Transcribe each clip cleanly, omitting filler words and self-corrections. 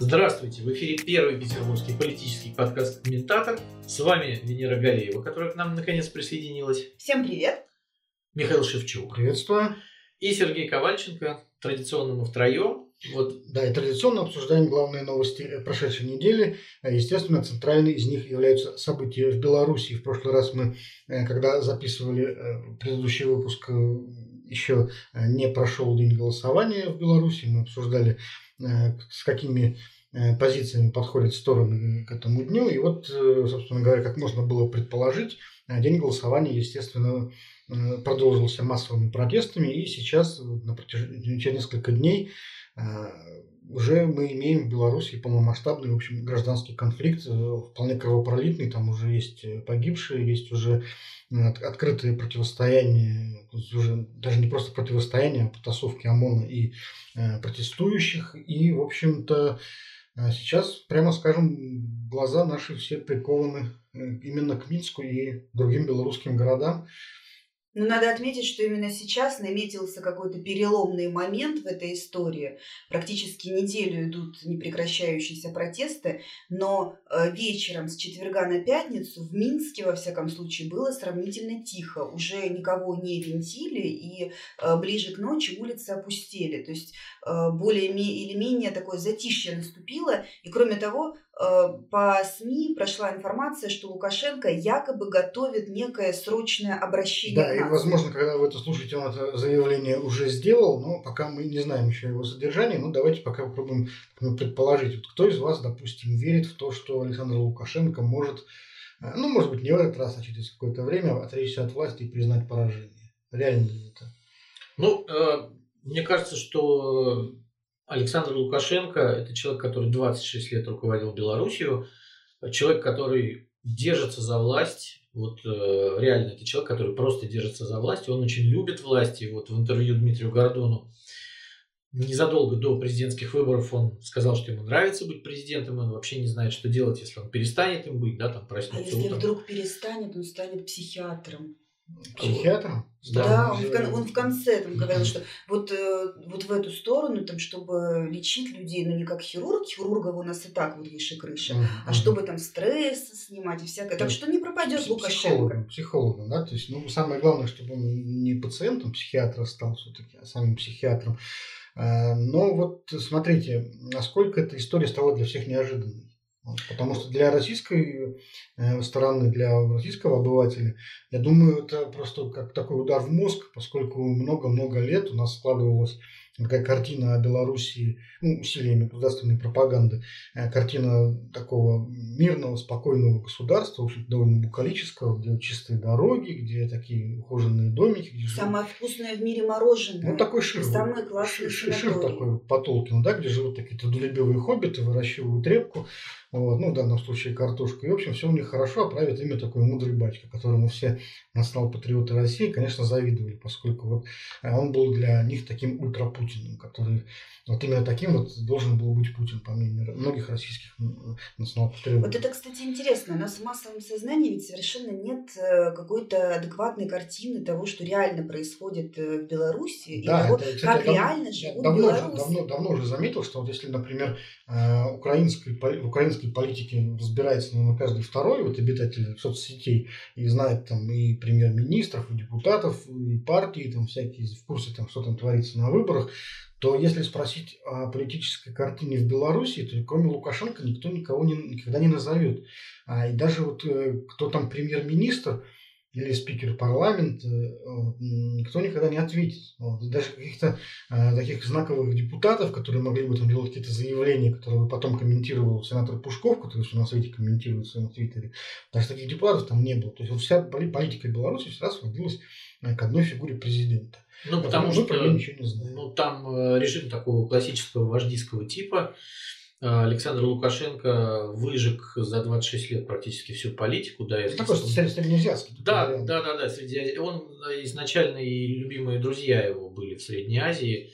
Здравствуйте! В эфире первый петербургский политический подкаст «Комментатор». С вами Венера Галеева, которая к нам наконец присоединилась. Всем привет! Михаил Шевчук. Приветствую. И Сергей Ковальченко. Традиционно мы втроем. Да, и традиционно обсуждаем главные новости прошедшей недели. Естественно, центральной из них являются события в Беларуси. В прошлый раз мы, когда записывали предыдущий выпуск, еще не прошел день голосования в Беларуси. Мы обсуждали, с какими позициями подходят стороны к этому дню. И вот, собственно говоря, как можно было предположить, день голосования, естественно, продолжился массовыми протестами. И сейчас, через несколько дней, уже мы имеем в Беларуси полномасштабный, в общем, гражданский конфликт, вполне кровопролитный. Там уже есть погибшие, есть уже открытые противостояния, уже даже не просто противостояние, а потасовки ОМОНа и протестующих. И, в общем-то, сейчас, прямо скажем, глаза наши все прикованы именно к Минску и другим белорусским городам. Но надо отметить, что именно сейчас наметился какой-то переломный момент в этой истории. Практически неделю идут непрекращающиеся протесты, но вечером с четверга на пятницу в Минске, во всяком случае, было сравнительно тихо. Уже никого не винтили, и ближе к ночи улицы опустели. То есть более или менее такое затишье наступило. И кроме того, по СМИ прошла информация, что Лукашенко якобы готовит некое срочное обращение. Да, и, возможно, когда вы это слушаете, он это заявление уже сделал, но пока мы не знаем еще его содержания. Но давайте пока попробуем предположить. Вот кто из вас, допустим, верит в то, что Александр Лукашенко может, может быть, не в этот раз, а через какое-то время отречься от власти и признать поражение? Реально ли это? Мне кажется, что Александр Лукашенко – это человек, который 26 лет руководил Белоруссию, человек, который держится за власть. Реально, это человек, который просто держится за власть. Он очень любит власть. И в интервью Дмитрию Гордону незадолго до президентских выборов он сказал, что ему нравится быть президентом, он вообще не знает, что делать, если он перестанет им быть, проснется утром. А если утром. вдруг перестанет, он станет психиатром. Психиатром? Да, он в конце говорил, что вот в эту сторону, чтобы лечить людей, не как хирург, хирургов у нас и так выше крыши, а чтобы стресс снимать и всякое. Так что не пропадет Лукашенко. Психологом, да, то есть, самое главное, чтобы он не пациентом психиатра стал все-таки, а самим психиатром. Но смотрите, насколько эта история стала для всех неожиданной. Потому что для российской стороны, для российского обывателя, я думаю, это просто как такой удар в мозг, поскольку много-много лет у нас складывалась такая картина о Белоруссии, усилиями государственной пропаганды, картина такого мирного, спокойного государства, в общем, довольно букалического, где чистые дороги, где такие ухоженные домики. Где самое вкусное в мире мороженое. Такой шир. Самый классный шир такой по Толкину, где живут такие трудолюбивые хоббиты, выращивают репку, в данном случае картошку. И, в общем, все у них хорошо, а правит ими такой мудрый батька, которому все национал-патриоты России, конечно, завидовали, поскольку он был для них таким ультрапутиным, который именно таким должен был быть Путин, по мнению многих российских национал-патриотов. Это, кстати, интересно. У нас в массовом сознании ведь совершенно нет какой-то адекватной картины того, что реально происходит в Беларуси, да, и того, как реально живут белорусы. Давно уже заметил, что если, например, в украинской политике разбирается, каждый второй обитатель соцсетей и знает и премьер-министров, и депутатов, и партии, всякие в курсе, что там творится на выборах, то если спросить о политической картине в Беларуси, то кроме Лукашенко никто никого никогда не назовет. И даже кто там премьер-министр или спикер парламента, никто никогда не ответит. И даже каких-то таких знаковых депутатов, которые могли бы делать какие-то заявления, которые потом комментировал сенатор Пушков, который все на свете комментирует в своем твиттере, даже таких депутатов там не было. То есть вся политика Беларуси всегда сводилась к одной фигуре президента. Потому что ничего не знаем. Там режим такого классического вождистского типа. Александр Лукашенко выжег за 26 лет практически всю политику. Такой среднеазиатский. Да. Он изначально и любимые друзья его были в Средней Азии.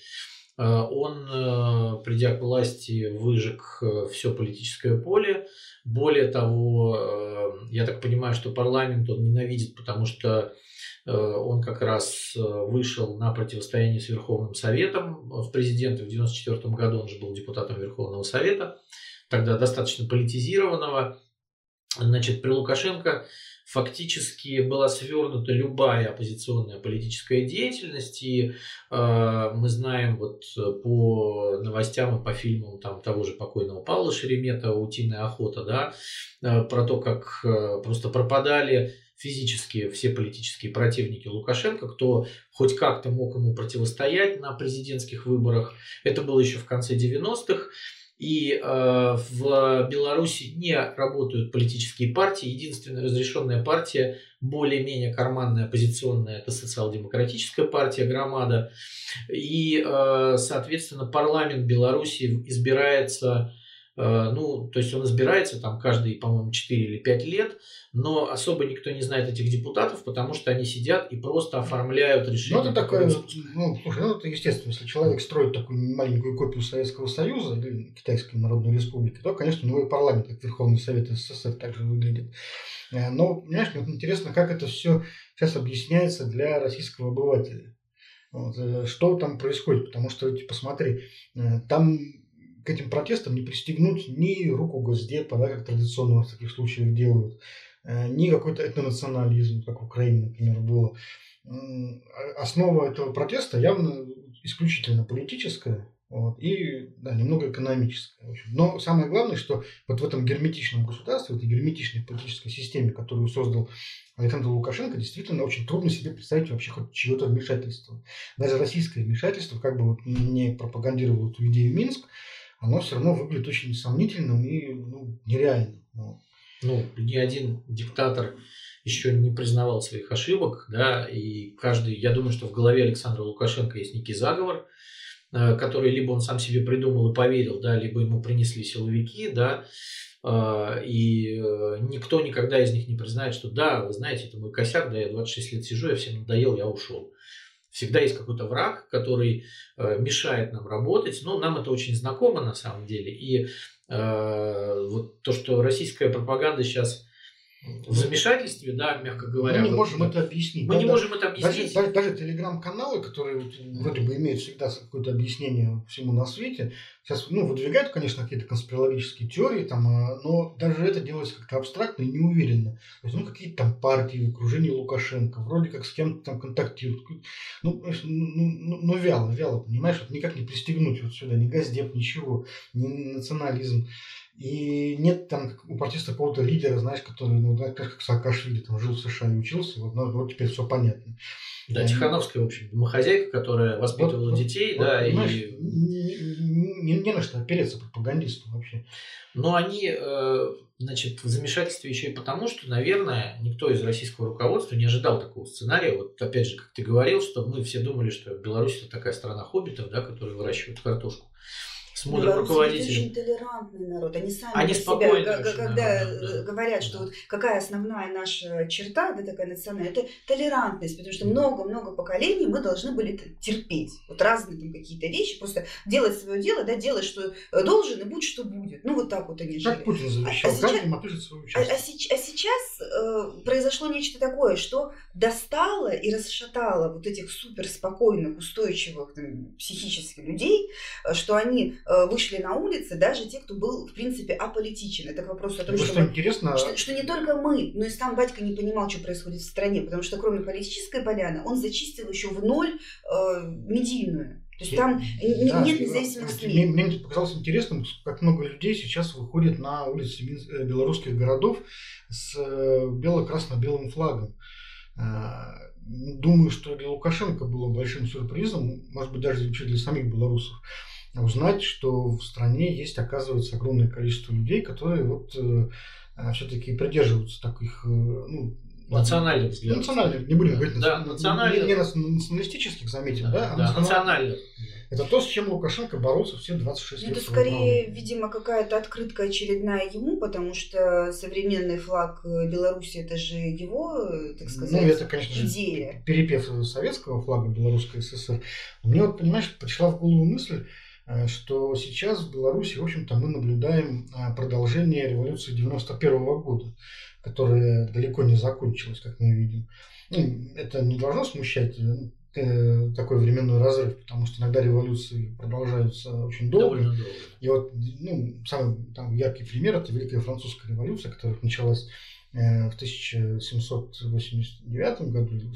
Он, придя к власти, выжег все политическое поле. Более того, я так понимаю, что парламент он ненавидит, потому что Он как раз вышел на противостояние с Верховным Советом в президенты в 1994 году. Он же был депутатом Верховного Совета, тогда достаточно политизированного. Значит, при Лукашенко фактически была свернута любая оппозиционная политическая деятельность, и мы знаем вот по новостям и по фильмам там, того же покойного Павла Шеремета «Утиная охота», да, про то, как просто пропадали физически все политические противники Лукашенко, кто хоть как-то мог ему противостоять на президентских выборах. Это было еще в конце 90-х. И в Беларуси не работают политические партии. Единственная разрешенная партия, более-менее карманная, оппозиционная, это социал-демократическая партия «Громада». И, соответственно, парламент Беларуси избирается, ну, то есть он избирается там каждые, по-моему, 4 или 5 лет, но особо никто не знает этих депутатов, потому что они сидят и просто оформляют решение. Ну, это такое, ну, слушай, ну, это естественно, если человек строит такую маленькую копию Советского Союза или Китайской Народной Республики, то, конечно, у него и парламент, как Верховный Совет СССР, также выглядит. Но, понимаешь, мне интересно, как это все сейчас объясняется для российского обывателя. Вот, что там происходит, потому что, посмотри, там к этим протестам не пристегнуть ни руку Госдепа, да, как традиционно в таких случаях делают, ни какой-то этнонационализм, как в Украине, например, было. Основа этого протеста явно исключительно политическая, вот, и да, немного экономическая. Но самое главное, что вот в этом герметичном государстве, в этой герметичной политической системе, которую создал Александр Лукашенко, действительно очень трудно себе представить вообще хоть чье-то вмешательство. Даже российское вмешательство, как бы вот не пропагандировало эту идею Минск, оно все равно выглядит очень сомнительным и нереальным. Ну, ни один диктатор еще не признавал своих ошибок, да, и каждый, я думаю, что в голове Александра Лукашенко есть некий заговор, который либо он сам себе придумал и поверил, да, либо ему принесли силовики, да, и никто никогда из них не признает, что да, вы знаете, это мой косяк, да, я 26 лет сижу, я всем надоел, я ушел. Всегда есть какой-то враг, который мешает нам работать, но нам это очень знакомо на самом деле, и вот то, что российская пропаганда сейчас в замешательстве, да, мягко говоря. Мы не можем это объяснить. Мы не можем это объяснить. Даже телеграм-каналы, которые вроде бы имеют всегда какое-то объяснение всему на свете, сейчас выдвигают, конечно, какие-то конспирологические теории, там, но даже это делается как-то абстрактно и неуверенно. То есть, какие-то там партии в окружении Лукашенко, вроде как с кем-то там контактируют. Вяло, понимаешь, вот никак не пристегнуть вот сюда ни Госдеп, ничего, ни национализм. И нет там у протеста какого-то лидера, знаешь, который, как Саакашвили, там жил в США и учился, вот теперь все понятно. Да, Тихановская, в общем, домохозяйка, которая воспитывала детей, да, и не на что опереться пропагандисту вообще. Но они, значит, в замешательстве еще и потому, что, наверное, никто из российского руководства не ожидал такого сценария. Вот опять же, как ты говорил, что мы все думали, что Беларусь это такая страна хоббитов, да, которые выращивают картошку. С мудрым руководителем. Это очень толерантный народ. Они сами они себя, когда говорят, что вот какая основная наша черта, да, такая национальная, это толерантность, потому что много-много поколений мы должны были терпеть. Вот разные там какие-то вещи, просто делать свое дело, да, делать, что должен, и будь, что будет. Ну, вот так вот они жили. Как Путин завещал, каждый опишет свою участие. А сейчас произошло нечто такое, что достало и расшатало вот этих суперспокойных, устойчивых там, психически людей, что они вышли на улицы, даже те, кто был, в принципе, аполитичен. Это к вопросу о том, что не только мы, но и сам батька не понимал, что происходит в стране, потому что кроме политической поляны, он зачистил еще в ноль медийную. То есть там нет независимых СМИ. Мне показалось интересным, как много людей сейчас выходит на улицы белорусских городов с бело-красно-белым флагом. Думаю, что для Лукашенко было большим сюрпризом, может быть, даже для самих белорусов, узнать, что в стране есть, оказывается, огромное количество людей, которые вот все-таки придерживаются таких, национальных взглядов. Национальных, не будем говорить национальных. Не националистических, заметим, да? Национальных. Это то, с чем Лукашенко боролся все 26 лет. Это скорее, видимо, какая-то открытка очередная ему, потому что современный флаг Беларуси это же его, так сказать, это, конечно, идея. Перепев советского флага Белорусской ССР. Мне вот, понимаешь, пришла в голову мысль, что сейчас в Беларуси, в общем-то, мы наблюдаем продолжение революции 91 года, которая далеко не закончилась, как мы видим. Ну, это не должно смущать такой временной разрыв, потому что иногда революции продолжаются очень долго. Довольно долго. И вот самый яркий пример – это Великая Французская революция, которая началась в 1789 году или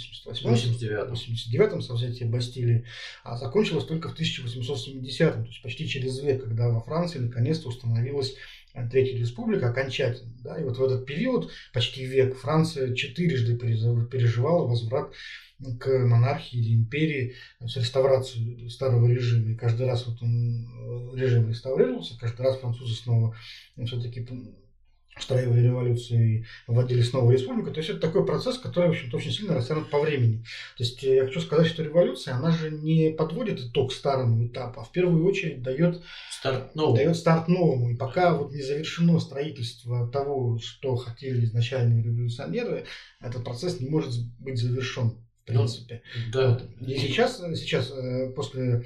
89 со взятия Бастилии, а закончилась только в 1870, то есть почти через век, когда во Франции наконец-то установилась Третья Республика окончательно. Да? И вот в этот период, почти век, Франция четырежды переживала возврат к монархии или империи, с реставрацию старого режима. И каждый раз режим реставрировался, каждый раз французы снова все-таки устраивали революцию и вводили снова республику. То есть это такой процесс, который, в общем-то, очень сильно растянут по времени. То есть я хочу сказать, что революция, она же не подводит итог старому этапу, а в первую очередь дает старт новому. И пока не завершено строительство того, что хотели изначальные революционеры, этот процесс не может быть завершен. В принципе. Да. И сейчас после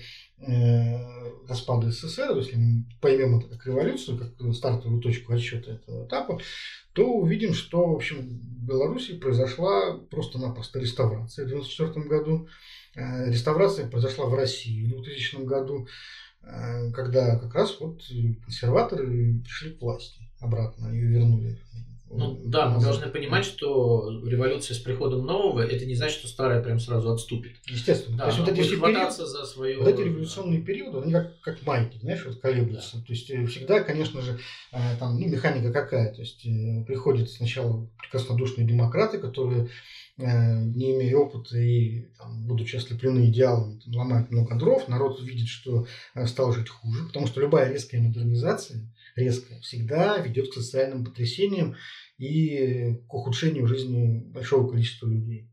распада СССР, если мы поймем это как революцию, как стартовую точку отсчета этого этапа, то увидим, что, в общем, в Беларуси произошла просто-напросто реставрация в 1994 году. Реставрация произошла в России в 2000 году, когда как раз консерваторы пришли к власти обратно, ее вернули. Мы должны понимать, что революция с приходом нового, это не значит, что старое прям сразу отступит. Естественно. Да, то есть хвататься за свою... эти революционные периоды, они как маятник, колеблются. Да. То есть всегда, конечно же, механика какая. То есть приходят сначала прекраснодушные демократы, которые, не имея опыта и будучи ослеплены идеалами, ломают много дров, народ видит, что стал жить хуже, потому что любая резкая модернизация всегда ведет к социальным потрясениям и к ухудшению жизни большого количества людей.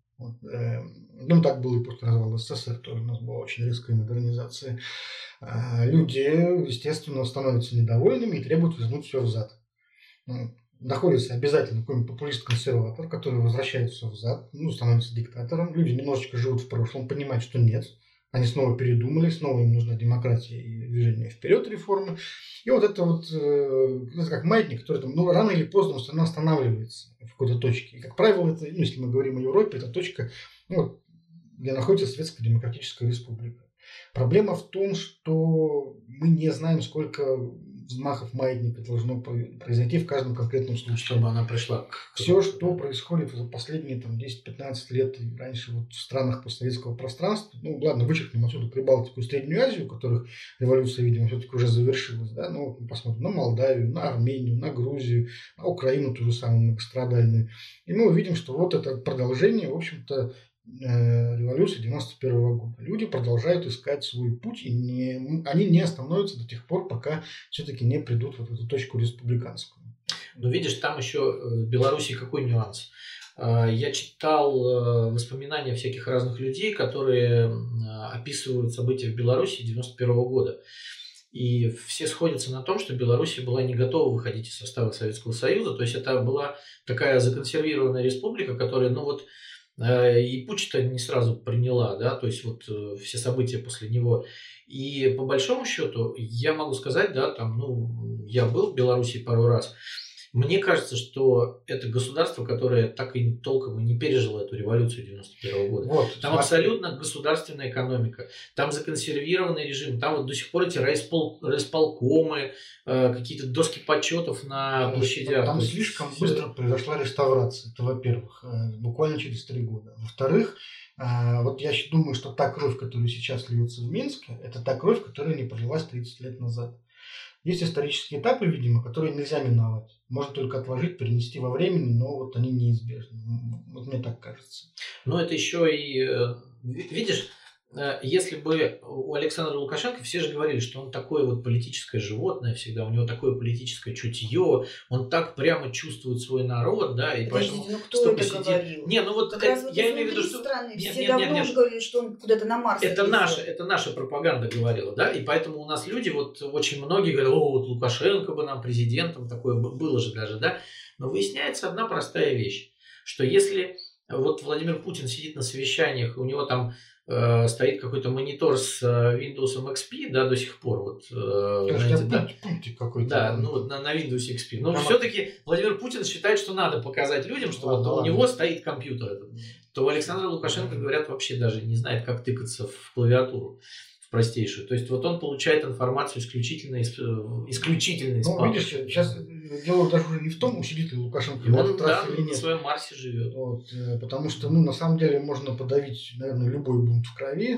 Так было и после развала СССР, тоже у нас была очень резкая модернизация. Люди, естественно, становятся недовольными и требуют вернуть все взад. Находится обязательно какой-нибудь популист-консерватор, который возвращает все взад, становится диктатором. Люди немножечко живут в прошлом, понимают, что нет. Они снова передумали, снова им нужна демократия и движение вперед, реформы. И это как маятник, который рано или поздно все равно останавливается в какой-то точке. И, как правило, это, если мы говорим о Европе, это точка, где находится Советская Демократическая Республика. Проблема в том, что мы не знаем, сколько взмахов маятника должно произойти в каждом конкретном случае. Чтобы она пришла. Все, что происходит за последние 10-15 лет и раньше в странах постсоветского пространства, вычеркнем отсюда Прибалтику и Среднюю Азию, у которых революция, видимо, все-таки уже завершилась, посмотрим на Молдавию, на Армению, на Грузию, на Украину, ту же самую многострадальную. И мы увидим, что это продолжение, в общем-то, революции 91 года. Люди продолжают искать свой путь, и они не остановятся до тех пор, пока все-таки не придут в эту точку республиканскую. Но видишь, там еще в Беларуси какой нюанс. Я читал воспоминания всяких разных людей, которые описывают события в Беларуси 91 года. И все сходятся на том, что Беларусь была не готова выходить из состава Советского Союза. То есть это была такая законсервированная республика, которая, и путч-то не сразу приняла, то есть все события после него. И по большому счету, я могу сказать, я был в Беларуси пару раз. Мне кажется, что это государство, которое так и толком и не пережило эту революцию 91 года. Там абсолютно государственная экономика, там законсервированный режим, там до сих пор эти райисполкомы, какие-то доски почетов на площадях. Там слишком быстро произошла реставрация, это во-первых, буквально через 3 года. Во-вторых, я думаю, что та кровь, которая сейчас льется в Минске, это та кровь, которая не пролилась 30 лет назад. Есть исторические этапы, видимо, которые нельзя миновать. Можно только отложить, перенести во времени, но они неизбежны. Мне так кажется. Но это еще и... Видишь, если бы у Александра Лукашенко, все же говорили, что он такое политическое животное всегда, у него такое политическое чутье, он так прямо чувствует свой народ, и поэтому... кто это говорил? Не, я имею в виду, что... Все давно уже говорили, что он куда-то на Марс. Это наша пропаганда говорила, и поэтому у нас люди, очень многие говорят, Лукашенко бы нам президентом, такое было же даже, но выясняется одна простая вещь, что если вот Владимир Путин сидит на совещаниях, у него там стоит какой-то монитор с Windows XP, да, до сих пор. Вот, знаете, да. Пунктик какой-то. Да, ну вот на Windows XP. Но все-таки Владимир Путин считает, что надо показать людям, что вот у него стоит компьютер этот. То Александр Лукашенко, говорят, вообще даже не знает, как тыкаться в клавиатуру, в простейшую. То есть вот он получает информацию исключительно из Ну, видишь, сейчас дело даже уже не в том, усилит ли Лукашенко на этот раз или нет. На своем Марсе живет. Вот, потому что, ну, на самом деле, можно подавить, наверное, любой бунт в крови.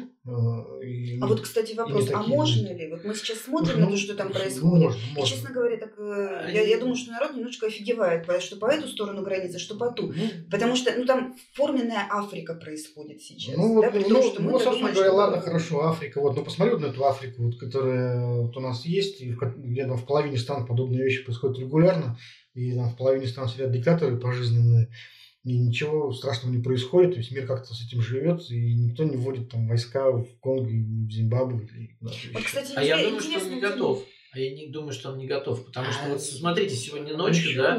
Вот, кстати, вопрос, а можно ли? Вот мы сейчас смотрим на то, что там происходит. Можно. И, честно говоря, так, я думаю, что народ немножечко офигевает, что по эту сторону границы, что по ту. Потому что, ну, там форменная Африка происходит сейчас. Ну, да, собственно говоря, ладно, хорошо, Африка. Вот, но посмотри вот на эту Африку, вот, которая вот у нас есть, и где там в половине стран подобные вещи происходят регулярно, и там в половине стран сидят диктаторы пожизненные, и ничего страшного не происходит, то есть мир как-то с этим живет, и никто не вводит там войска в Конго, в Зимбабве или куда-то еще. Вот, кстати, я думаю, что он не готов. А я не думаю, что он не готов, потому что вот смотрите, сегодня ночью, да,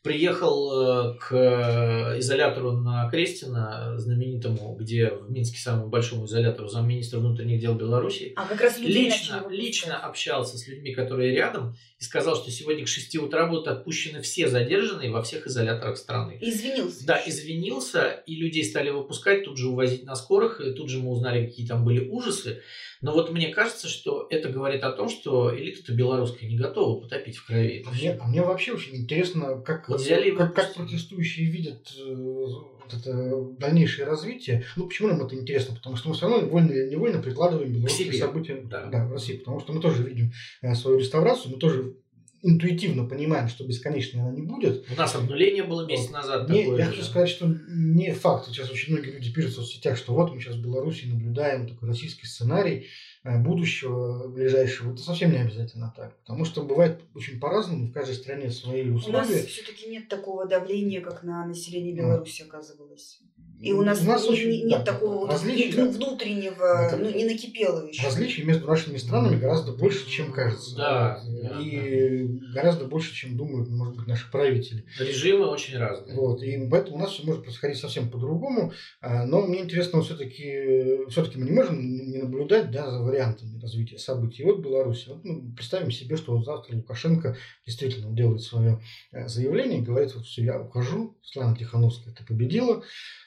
приехал к изолятору на Крестина, знаменитому, где в Минске самому большому изолятору, замминистра внутренних дел Беларуси, как раз лично общался с людьми, которые рядом, и сказал, что сегодня к 6 утра будут отпущены все задержанные во всех изоляторах страны. Извинился. Да, извинился, и людей стали выпускать, тут же увозить на скорых, и тут же мы узнали, какие там были ужасы. Но вот мне кажется, что это говорит о том, что элита-то белорусская не готова потопить в крови. Мне вообще очень интересно, как протестующие видят вот это дальнейшее развитие. Ну, почему нам это интересно? Потому что мы все равно вольно или невольно прикладываем белорусские события в России. Потому что мы тоже видим свою реставрацию, мы тоже интуитивно понимаем, что бесконечной она не будет. У нас обнуление было месяц назад. Я хочу сказать, что не факт. Сейчас очень многие люди пишут в соцсетях, что вот мы сейчас в Беларуси наблюдаем такой российский сценарий будущего ближайшего. Это совсем не обязательно так. Потому что бывает очень по-разному, в каждой стране свои условия. У нас все-таки нет такого давления, как на население Беларуси оказывалось. И у нас нет такого внутреннего, не накипело еще. Различий между нашими странами гораздо больше, чем кажется. Да. И гораздо больше, чем думают, может быть, наши правители. Режимы очень разные. Вот. И поэтому у нас все может происходить совсем по-другому. Но мне интересно, все-таки мы не можем не наблюдать за вариантами развития событий. Вот Беларусь. Вот мы представим себе, что вот завтра Лукашенко действительно делает свое заявление, говорит, вот все, я ухожу, Светлана Тихановская, ты победила.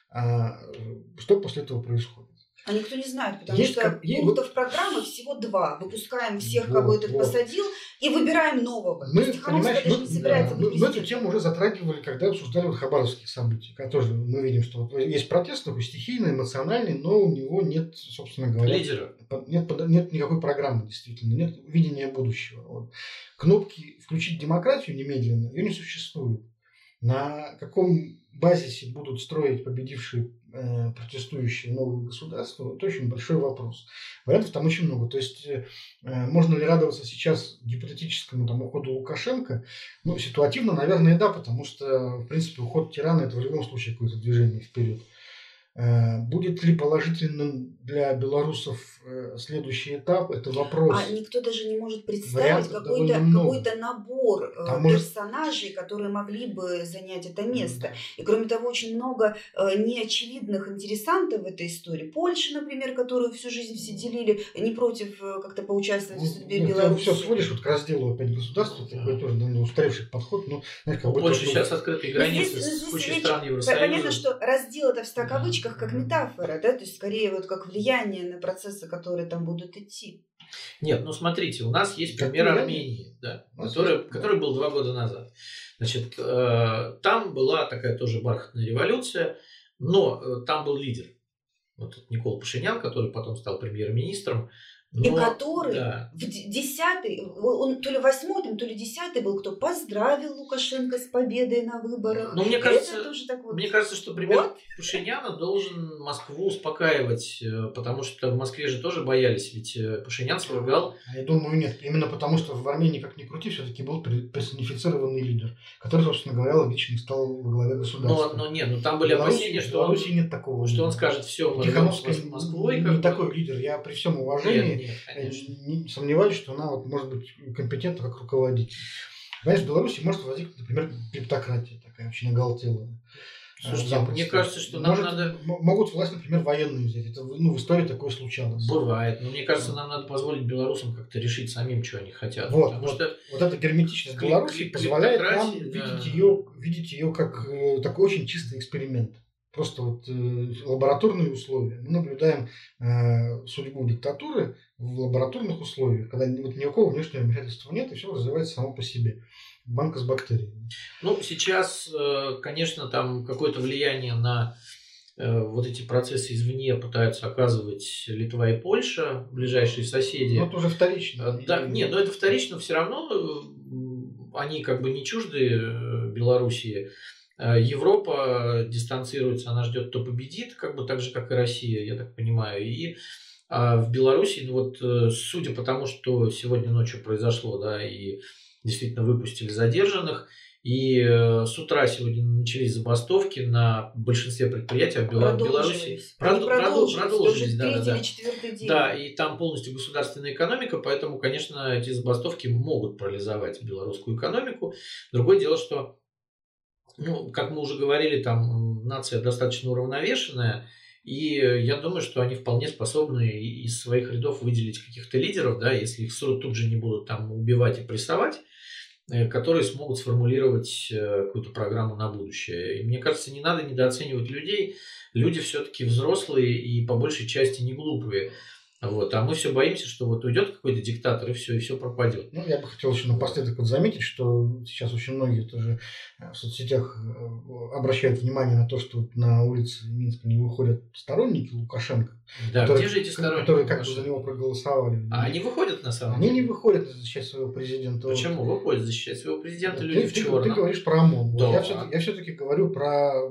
Что после этого происходит? А никто не знает, потому что пунктов программы всего 2. Выпускаем всех, кого этот посадил, и выбираем нового. Мы эту тему уже затрагивали, когда обсуждали хабаровские события. Тоже мы видим, что есть протест такой стихийный, эмоциональный, но у него нет, собственно говоря, лидера. Нет никакой программы, действительно, нет видения будущего. Вот. Кнопки «Включить демократию» немедленно, ее не существует. На каком базисе будут строить победившие протестующие новые государства, это очень большой вопрос. Вариантов там очень много. То есть, можно ли радоваться сейчас гипотетическому уходу Лукашенко? Ну, ситуативно, наверное, да, потому что, в принципе, уход тирана – это в любом случае какое-то движение вперед. Будет ли положительным для белорусов следующий этап? Это вопрос. А никто даже не может представить какой-то набор персонажей, которые могли бы занять это место. И кроме того, очень много неочевидных интересантов в этой истории. Польша, например, которую всю жизнь все делили, не против как-то поучаствовать в судьбе Беларуси. Ты все сводишь к разделу опять государства, такой тоже устаревший подход. Но, знаешь, у Польши сейчас открытые границы с кучей стран Евросоюза. Понятно, что раздел это в 100 кавычках как метафора, да, то есть скорее вот как влияние на процессы, которые там будут идти. Нет, ну смотрите, у нас есть пример Армении, да, который был 2 года назад. Значит, там была такая тоже бархатная революция, но там был лидер. Вот Никол Пашинян, который потом стал премьер-министром. И который в 10-й, он то ли 8-й, то ли 10-й был, кто поздравил Лукашенко с победой на выборах. Но мне кажется, что пример Пашиняна должен Москву успокаивать, потому что в Москве же тоже боялись, ведь Пашинян свергал. Я думаю, нет. Именно потому, что в Армении, как ни крути, все-таки был персонифицированный лидер, который, собственно говоря, логично стал во главе государства. Но там были опасения, что нет такого, что он скажет, все, мы Тихановская с Москвой. Не такой лидер. Я при всем уважении не сомневаюсь, что она может быть компетентна как руководитель. Знаешь, в Беларуси может возникнуть, например, клептократия такая очень оголтелая. Слушайте, мне кажется, что нам надо... Могут власть, например, военные взять. Это в истории такое случалось. Бывает. Но мне кажется, нам надо позволить белорусам как-то решить самим, что они хотят. Вот что эта герметичность Беларуси позволяет нам видеть ее как такой очень чистый эксперимент. Просто лабораторные условия. Мы наблюдаем судьбу диктатуры в лабораторных условиях, когда никакого внешнего вмешательства нет, и все развивается само по себе. Банка с бактериями. Сейчас, конечно, там какое-то влияние на вот эти процессы извне пытаются оказывать Литва и Польша, ближайшие соседи. Это уже вторично. Да, нет, но это вторично все равно. Они как бы не чужды Белоруссии. Европа дистанцируется, она ждет, кто победит, как бы так же, как и Россия, я так понимаю. И в Беларуси, судя по тому, что сегодня ночью произошло, да, и действительно выпустили задержанных, и с утра сегодня начались забастовки на большинстве предприятий в Беларуси. Продолжились, да, и там полностью государственная экономика, поэтому, конечно, эти забастовки могут парализовать белорусскую экономику. Другое дело, что как мы уже говорили, там нация достаточно уравновешенная, и я думаю, что они вполне способны из своих рядов выделить каких-то лидеров, да, если их тут же не будут там убивать и прессовать, которые смогут сформулировать какую-то программу на будущее. И мне кажется, не надо недооценивать людей. Люди все-таки взрослые и по большей части не глупые. А мы все боимся, что уйдет какой-то диктатор, и все пропадет. Я бы хотел еще напоследок заметить, что сейчас очень многие тоже в соцсетях обращают внимание на то, что на улице Минска не выходят сторонники Лукашенко. Да, где же эти сторонники? Которые как бы за него проголосовали. А они выходят на самом деле? Они не выходят защищать своего президента. Почему выходят защищать своего президента люди в черном? Ты говоришь про ОМОН. Да. Я все-таки говорю про...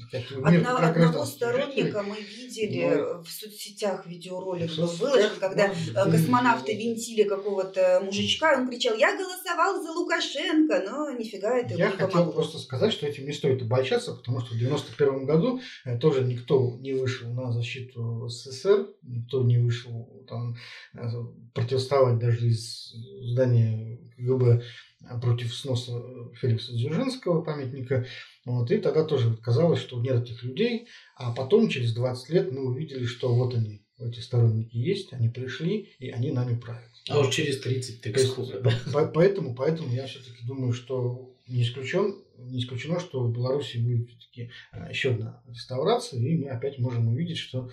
Одного сторонника мы видели в соцсетях, видеоролик был выложен, когда космонавты винтили какого-то мужичка, и он кричал: «Я голосовал за Лукашенко», но нифига это не помогло. Я хотел просто сказать, что этим не стоит обольщаться, потому что в 1991 году тоже никто не вышел на защиту СССР, никто не вышел там противостоять даже из здания КГБ против сноса Феликса Дзержинского памятника. И тогда тоже казалось, что нет этих людей. А потом, через 20 лет, мы увидели, что вот они, эти сторонники есть, они пришли, и они нами правят. А уж через 30 ты сколько? Поэтому я все-таки думаю, что не исключено, что в Беларуси будет все-таки еще одна реставрация, и мы опять можем увидеть, что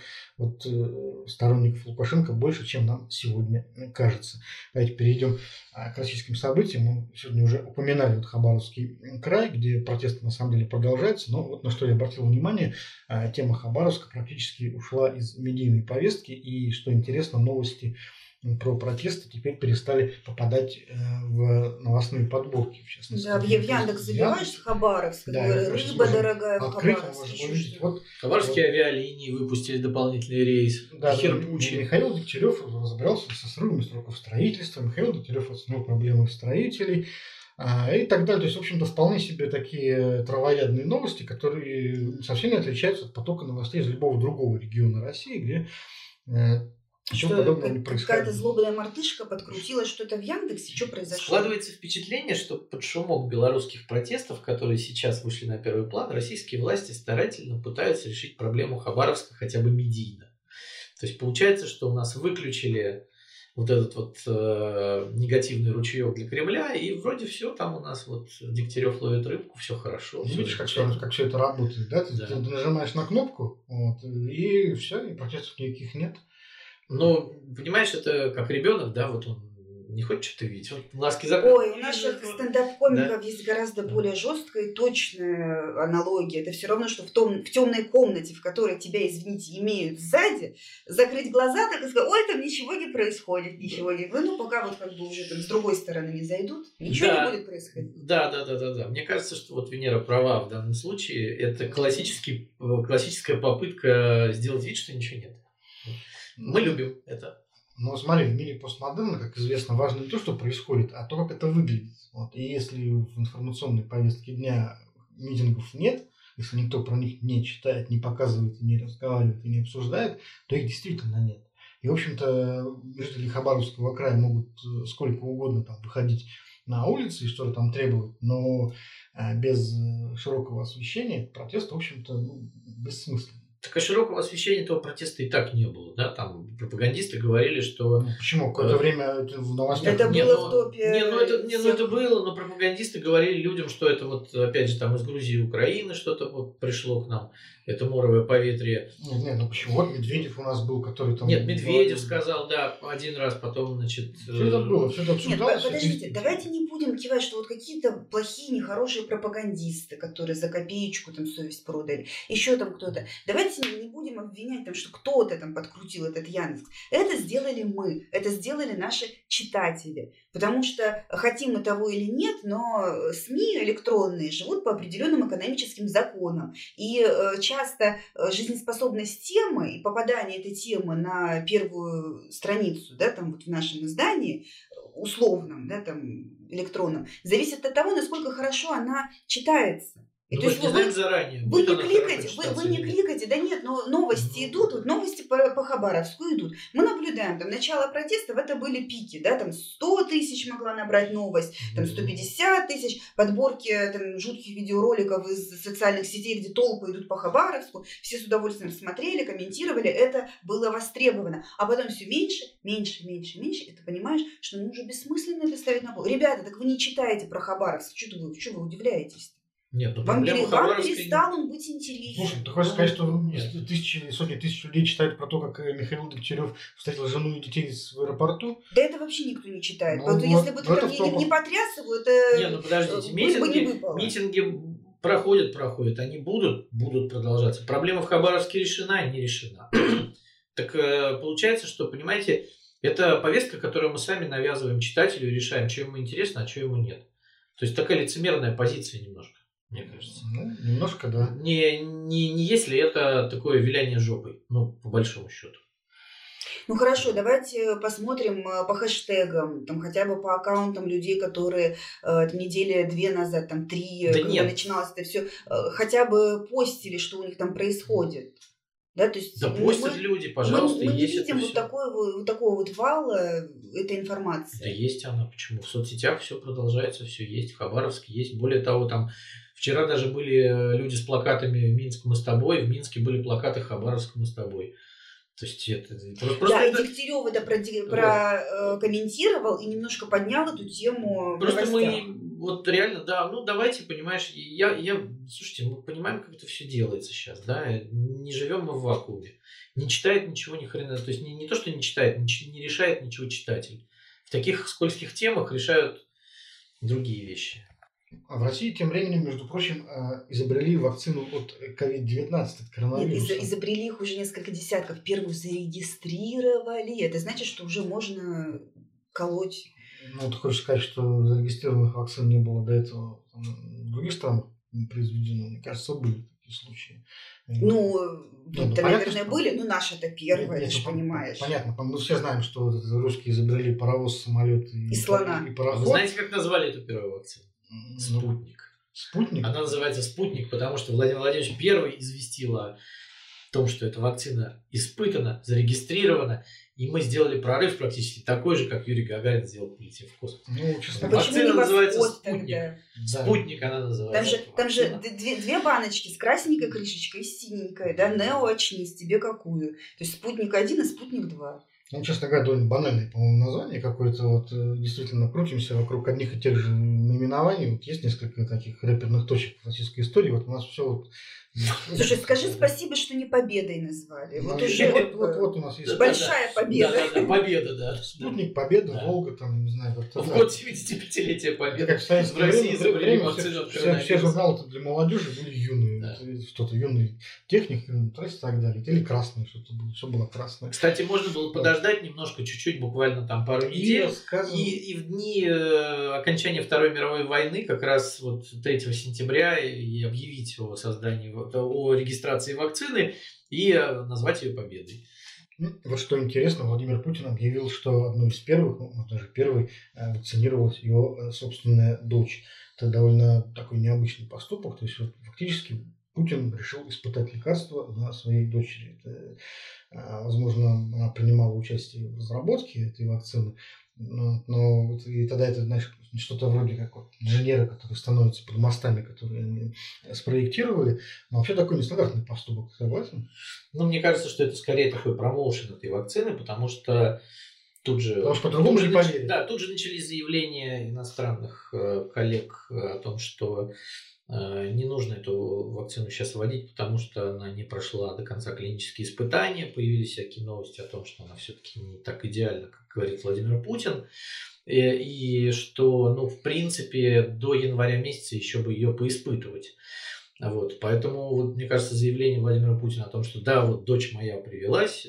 сторонников Лукашенко больше, чем нам сегодня кажется. Давайте перейдем к российским событиям. Мы сегодня уже упоминали Хабаровский край, где протесты на самом деле продолжаются, но на что я обратил внимание, тема Хабаровска практически ушла из медийной повестки, и, что интересно, новости про протесты теперь перестали попадать в новостные подборки, в частности. Да, в Яндекс забиваешь Хабаровск, рыба дорогая в Хабаровске. Хабаровские авиалинии выпустили дополнительный рейс. Да, Михаил Дегтярев разбирался со срывами сроков строительства, Михаил Дегтярев оценил проблемы строителей и так далее. То есть, в общем-то, вполне себе такие травоядные новости, которые совсем не отличаются от потока новостей из любого другого региона России, где ничего подобного не происходит. Какая-то злобная мартышка подкрутила что-то в Яндексе, что произошло? Складывается впечатление, что под шумок белорусских протестов, которые сейчас вышли на первый план, российские власти старательно пытаются решить проблему Хабаровска хотя бы медийно. То есть получается, что у нас выключили вот этот негативный ручеек для Кремля, и вроде все, там у нас Дегтярев ловит рыбку, все хорошо. Видишь, как все это работает, да? Ты нажимаешь на кнопку, и все, и протестов никаких нет. Но, понимаешь, это как ребенок, да, он не хочет что-то видеть. Ласки Ой, у наших стендап-комиков есть гораздо более жесткая и точная аналогия. Это все равно, что в темной комнате, в которой тебя, извините, имеют сзади, закрыть глаза так и сказать: ой, там ничего не происходит, ничего не... пока уже там с другой стороны не зайдут, ничего не будет происходить. Да. Мне кажется, что Венера права в данном случае. Это классическая попытка сделать вид, что ничего нет. Мы любим это. Но смотри, в мире постмодерна, как известно, важно не то, что происходит, а то, как это выглядит. И если в информационной повестке дня митингов нет, если никто про них не читает, не показывает, не разговаривает и не обсуждает, то их действительно нет. И, в общем-то, жители Хабаровского края могут сколько угодно выходить на улице и что-то там требовать, но без широкого освещения протест, в общем-то, бессмысленный. Так а широкого освещения этого протеста и так не было, да? Там пропагандисты говорили, что... Почему? Какое-то время в новостях... Это было в топе... это было, но пропагандисты говорили людям, что это вот, опять же, там из Грузии и Украины что-то вот пришло к нам, это моровое поветрие. Нет, почему? Вот Медведев у нас был, который там... Нет, Медведев сказал, да, один раз, потом, значит... Все это было, все это обсуждалось. Нет, подождите, давайте не будем кивать, что вот какие-то плохие, нехорошие пропагандисты, которые за копеечку там совесть продали, еще там кто-то. Давайте не будем обвинять, там, что кто-то там подкрутил этот Яндекс. Это сделали мы, это сделали наши читатели. Потому что, хотим мы того или нет, но СМИ электронные живут по определенным экономическим законам. И часто жизнеспособность темы и попадание этой темы на первую страницу, да, там вот в нашем издании, условном, да, там, электронном, зависит от того, насколько хорошо она читается. И Ну, то мы есть не знаем заранее. вы не кликаете, да нет, но новости идут, вот новости по Хабаровску идут. Мы наблюдаем, там, начало протестов, это были пики, да, там 100 тысяч могла набрать новость, там 150 тысяч, подборки там, жутких видеороликов из социальных сетей, где толпы идут по Хабаровску, все с удовольствием смотрели, комментировали, это было востребовано. А потом все меньше, и ты понимаешь, что уже бессмысленно это ставить на пол. Ребята, так вы не читаете про Хабаровск, что вы удивляетесь? Нет, ну Вам проблема перестал он быть интересен. Слушай, ты хочешь сказать, что сотни тысяч людей читают про то, как Михаил Дегтярев встретил жену и детей в аэропорту? Да это вообще никто не читает. Ну, если бы ты там не потряс его, это Не, ну подождите, бы не выпало. митинги проходят, они будут продолжаться. Проблема в Хабаровске решена, не решена. Так получается, что, понимаете, это повестка, которую мы сами навязываем читателю и решаем, что ему интересно, а что ему нет. То есть такая лицемерная позиция немножко. Мне кажется. Ну, немножко, да. Не если это такое виляние жопой, ну, по большому счету. Ну хорошо, давайте посмотрим по хэштегам, там хотя бы по аккаунтам людей, которые недели 2 назад, там 3, да когда нет. начиналось это все, хотя бы постили, что у них там происходит. Да, то есть да постят люди, пожалуйста, мы не есть видим вот такого вот вала этой информации. Да есть она, почему? В соцсетях все продолжается, все есть, в Хабаровске есть. Более того, там вчера даже были люди с плакатами «В Минск мы с тобой», в Минске были плакаты «Хабаровск мы с тобой». То есть это просто да, это... и Дегтярев это прокомментировал и немножко поднял эту тему. Просто мы вот реально, да, ну давайте, понимаешь, слушайте, мы понимаем, как это все делается сейчас, да, не живем мы в вакууме, не читает ничего ни хрена, то есть не то, что не читает, не решает ничего читатель. В таких скользких темах решают другие вещи. А в России тем временем, между прочим, изобрели вакцину от COVID-19, от коронавируса. Нет, изобрели их уже несколько десятков. Первую зарегистрировали. Это значит, что уже можно колоть. Ну, ты хочешь сказать, что зарегистрированных вакцин не было до этого в других странах произведено? Мне кажется, были такие случаи. Наверное, были, но наша-то первая, ты же понимаешь. Понятно, мы все знаем, что русские изобрели паровоз, самолет и слона. И пароход. Вы знаете, как назвали эту первую вакцину? Спутник. Спутник? Она называется «Спутник», потому что Владимир Владимирович первый известил о том, что эта вакцина испытана, зарегистрирована, и мы сделали прорыв практически такой же, как Юрий Гагарин сделал, полетев в космос. Вакцина называется «Спутник». Тогда? «Спутник» она называется. Там же две баночки с красненькой крышечкой и с синенькой. Да? Нео, очнись, тебе какую? То есть «Спутник 1» и «Спутник 2». Ну, честно говоря, довольно банальное, по-моему, название какое-то. Вот действительно крутимся вокруг одних и тех же наименований. Вот есть несколько таких рэперных точек в российской истории. Вот у нас все вот... Слушай, скажи спасибо, что не победой назвали. Ну, вот уже вот у нас есть... большая победа. Да, победа, да. Спутник, Победа, да. Волга, там, не знаю, как-то... В год 75-летия Победы. Как в России изобрели вакцину от коронавируса. Все журналы для молодежи были юные. Да. Что-то юный техник, и так далее. Или красный, что-то было. Все было красное. Кстати, можно было подождать немножко, чуть-чуть, буквально там пару недель. И в дни окончания Второй мировой войны, как раз вот 3 сентября, и объявить о создании, о регистрации вакцины и назвать ее победой. Вот что интересно, Владимир Путин объявил, что одной из первых, даже первой, вакцинировалась его собственная дочь. Это довольно такой необычный поступок. То есть вот, фактически Путин решил испытать лекарство на своей дочери. Возможно, она принимала участие в разработке этой вакцины, но и тогда это, знаешь, что-то вроде как вот инженеры, которые становятся под мостами, которые они спроектировали. Но вообще такой нестандартный поступок, согласен? Мне кажется, что это скорее такой промоушен этой вакцины, потому что тут же по-другому не поверить. Да, тут же начались заявления иностранных коллег о том, что не нужно эту вакцину сейчас вводить, потому что она не прошла до конца клинические испытания. Появились всякие новости о том, что она все-таки не так идеальна, как говорит Владимир Путин. И что, в принципе, до января месяца еще бы ее поиспытывать. Поэтому, мне кажется, заявление Владимира Путина о том, что да, дочь моя привилась,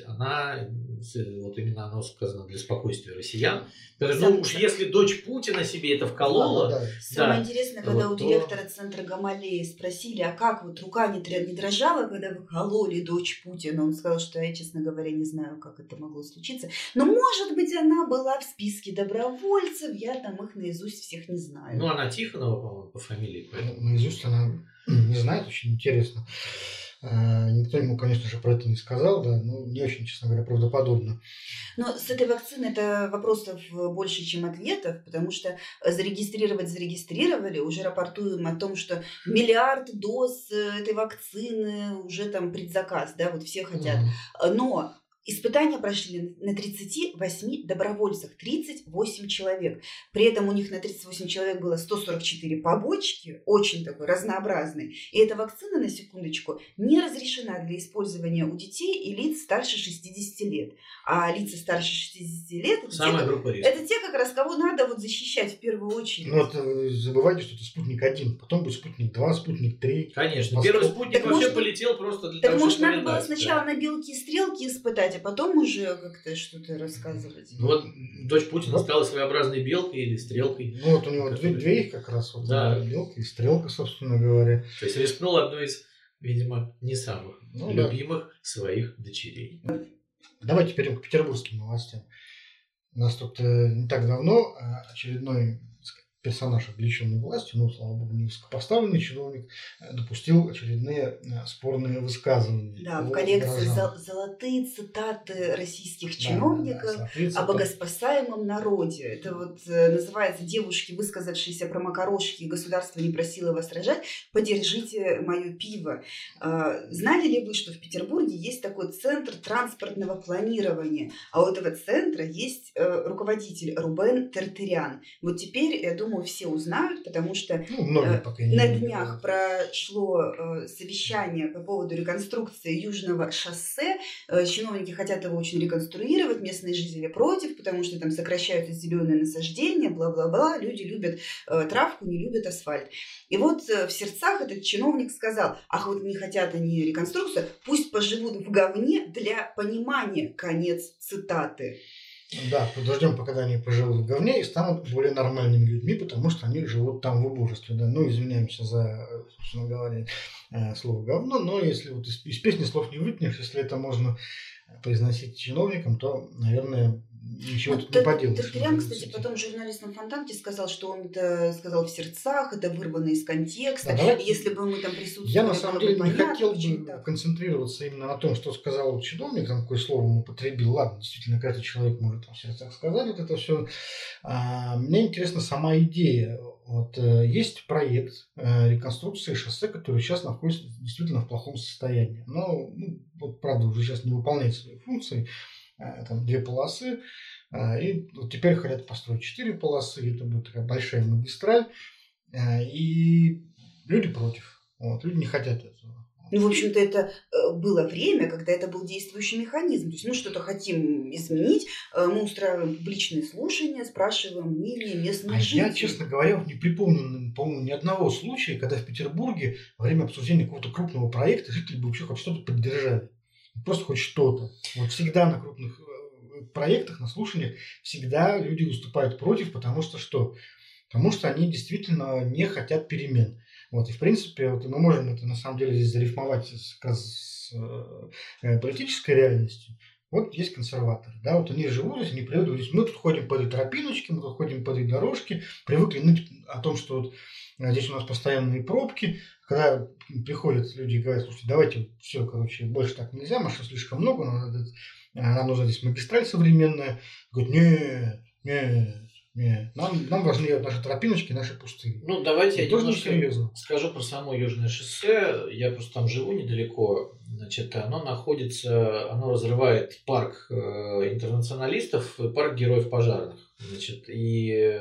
именно оно сказано для спокойствия россиян. Уж если дочь Путина себе это вколола... Самое интересное, когда у директора центра Гамалеи спросили, а как рука не дрожала, когда вы кололи дочь Путина? Он сказал, что я, честно говоря, не знаю, как это могло случиться. Но, может быть, она была в списке добровольцев, я там их наизусть всех не знаю. Она Тихонова, по-моему, по фамилии. Поэтому... Наизусть она... Не знает, очень интересно. Никто ему, конечно же, про это не сказал, да, не очень, честно говоря, правдоподобно. Но с этой вакциной это вопросов больше, чем ответов, потому что зарегистрировали, уже рапортуем о том, что 1 миллиард доз этой вакцины, уже там предзаказ, да, все хотят. Но испытания прошли на 38 добровольцах, 38 человек. При этом у них на 38 человек было 144 побочки, очень такой разнообразный. И эта вакцина, на секундочку, не разрешена для использования у детей и лиц старше 60 лет. А лица старше 60 лет это те, как раз кого надо защищать в первую очередь. Забывайте, что это Спутник-1, потом будет Спутник-2, Спутник-3. Конечно, первый Спутник вообще полетел просто для того, чтобы... Так, может, надо было сначала на белки и стрелки испытать, а потом уже как-то что-то рассказывать. Дочь Путина стала своеобразной белкой или стрелкой. У него две их как раз. Белка и стрелка, собственно говоря. То есть рискнул одной из, видимо, не самых любимых своих дочерей. Давайте перейдем к петербургским новостям. У нас тут не так давно очередной персонаж, облеченный властью, слава богу, не высокопоставленный чиновник, допустил очередные спорные высказывания. Да, в коллекции золотые цитаты российских чиновников о богоспасаемом народе. Это называется «Девушки, высказавшиеся про макарошки, государство не просило вас рожать, подержите мое пиво». Знали ли вы, что в Петербурге есть такой центр транспортного планирования, а у этого центра есть руководитель Рубен Тертерян. Теперь, я думаю, все узнают, потому что на днях прошло совещание по поводу реконструкции Южного шоссе. Чиновники хотят его очень реконструировать, местные жители против, потому что там сокращаются зеленые насаждения, бла-бла-бла. Люди любят травку, не любят асфальт. И в сердцах этот чиновник сказал: ах, не хотят они реконструкцию, пусть поживут в говне для понимания. Конец цитаты. Да, подождем, пока они поживут в говне и станут более нормальными людьми, потому что они живут там в убожестве. Да? Извиняемся за, собственно говоря, слово говно, но если из песни слов не вытянешь, если это можно произносить чиновникам, то, наверное, ничего тут не поделаешь. Тертерян, кстати, потом журналистам Фонтанки сказал, что он это сказал в сердцах, это вырвано из контекста. Да, если бы мы там присутствовали... Я на самом деле не хотел бы концентрироваться именно на том, что сказал чиновник, какое слово он употребил. Ладно, действительно, каждый человек может в сердцах сказать это все. Мне интересна сама идея. Есть проект реконструкции шоссе, который сейчас находится действительно в плохом состоянии. Но, правда, уже сейчас не выполняет свои функции. Там 2 полосы, и теперь хотят построить 4 полосы, это будет такая большая магистраль, и люди против, люди не хотят этого. В общем-то, это было время, когда это был действующий механизм. То есть мы что-то хотим изменить, мы устраиваем публичные слушания, спрашиваем мнение местных жителей. Я, честно говоря, не припомню, по-моему, ни одного случая, когда в Петербурге во время обсуждения какого-то крупного проекта жители бы вообще хоть что-то поддержали. Просто хоть что-то. Всегда на крупных проектах, на слушаниях, всегда люди выступают против, потому что что? Потому что они действительно не хотят перемен. И в принципе, мы можем это на самом деле здесь зарифмовать с политической реальностью. Вот есть консерваторы, да, вот они живут здесь, они привыкли, здесь мы тут ходим по этой тропиночке, мы тут ходим по этой дорожке, привыкли ныть о том, что вот здесь у нас постоянные пробки. Когда приходят люди и говорят, слушайте, давайте все, короче, больше так нельзя, машин слишком много, нам нужна здесь магистраль современная. Говорят, нет, нам важны наши тропиночки, наши пустыни. Ну, давайте я немножко серьезно скажу про само Южное шоссе. Я просто там живу недалеко. Значит, оно разрывает парк интернационалистов и парк героев пожарных. Значит, и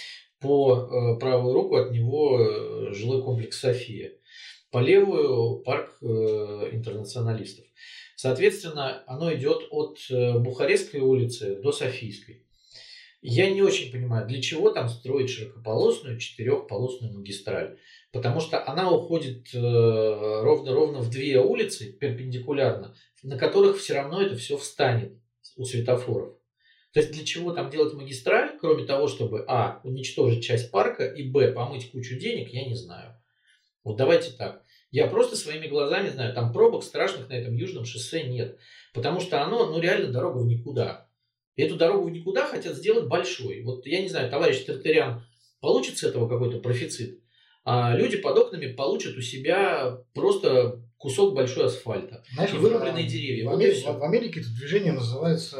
по правую руку от него жилой комплекс «София». По левую парк интернационалистов. Соответственно, оно идет от Бухарестской улицы до Софийской. Я не очень понимаю, для чего там строить широкополосную 4-полосную магистраль. Потому что она уходит ровно в 2 улицы перпендикулярно, на которых все равно это все встанет у светофоров. То есть для чего там делать магистраль, кроме того, чтобы уничтожить часть парка и помыть кучу денег, я не знаю. Вот давайте так. Я просто своими глазами знаю, там пробок страшных на этом Южном шоссе нет. Потому что оно, реально дорога в никуда. И эту дорогу в никуда хотят сделать большой. Вот я не знаю, товарищ Тартарян получит с этого какой-то профицит, а люди под окнами получат у себя просто кусок большой асфальта. Знаешь, и вырубленные деревья. В Америке это движение называется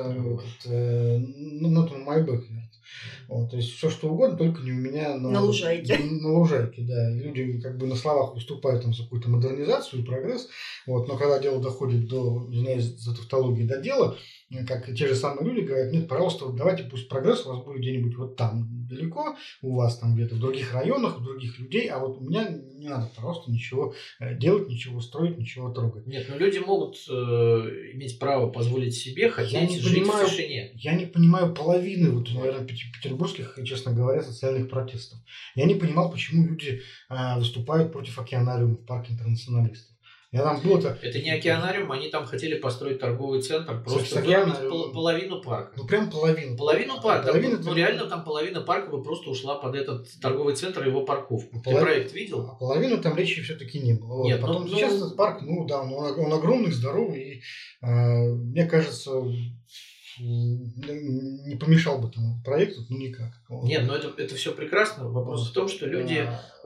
not on my backyard. То есть все что угодно, только не у меня на лужайке. На лужайке, да. Люди как бы на словах выступают там за какую-то модернизацию и прогресс, но когда дело доходит до, извиняюсь за тавтологию, до дела, как те же самые люди говорят, нет, пожалуйста, давайте пусть прогресс у вас будет где-нибудь вот там далеко, у вас там где-то в других районах, у других людей, а вот у меня не надо, пожалуйста, ничего делать, ничего строить, ничего трогать. Нет, люди могут иметь право позволить себе хотеть жить в тишине. Я не понимаю половины, наверное, петербургских, честно говоря, социальных протестов. Я не понимал, почему люди выступают против океанариума в парке интернационалистов. Я там был это не океанариум, они там хотели построить торговый центр, просто половину парка. Прям половину. Половину парка. Реально там половина парка бы просто ушла под этот торговый центр и его парковку. Ты проект видел? А половину там речи все-таки не было. Нет, потом сейчас этот парк, он огромный, здоровый, и мне кажется, не помешал бы этому проекту, никак. Нет, это все прекрасно. Вопрос в том, что люди,